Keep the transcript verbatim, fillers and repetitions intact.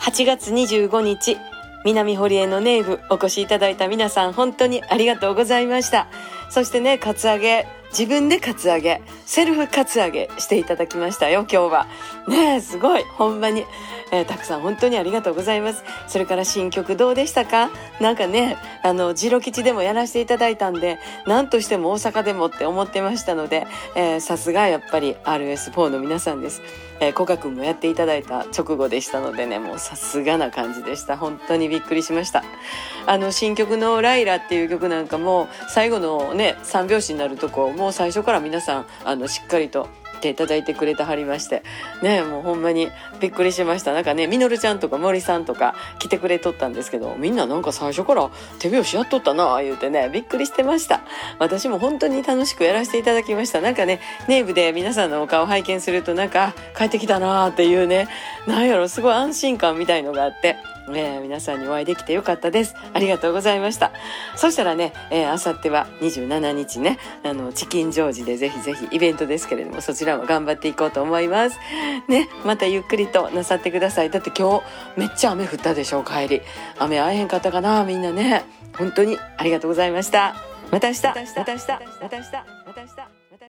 はちがつにじゅうごにち、南堀江のネイブお越しいただいた皆さん、本当にありがとうございました。そしてね、カツアゲ、自分でカツアゲ、セルフカツアゲしていただきましたよ、今日は。ねえ、すごい、ほんまに、えー、たくさん本当にありがとうございます。それから新曲どうでしたか？なんかね、あの、ジロ吉でもやらせていただいたんで、なんとしても大阪でもって思ってましたので、えー、さすがやっぱり アールエスフォー の皆さんです。えー、コカ君もやっていただいた直後でしたのでね、もうさすがな感じでした。本当にびっくりしました。あの、新曲のライラっていう曲なんかも、最後のね、三拍子になるとこ、もう最初から皆さん、あの、しっかりと手いただいてくれてはりまして、ね、もうほんまにびっくりしました。なんかね、みのるちゃんとか森さんとか来てくれとったんですけど、みんななんか最初から手拍子やっとったなぁ言うてね、びっくりしてました。私も本当に楽しくやらせていただきました。なんかね、ネイブで皆さんのお顔拝見すると、なんか帰ってきたなぁっていうね、なんやろ、すごい安心感みたいのがあって、えー、皆さんにお会いできてよかったです。ありがとうございました。そしたらね、えー、あさってはにじゅうしちにちね、あのチキンジョージでぜひぜひイベントですけれども、そちらも頑張っていこうと思いますね。またゆっくりとなさってください。だって今日めっちゃ雨降ったでしょ、帰り。雨会えへんかったかな、みんなね。本当にありがとうございました。また明日、また明日、また明日、また明日。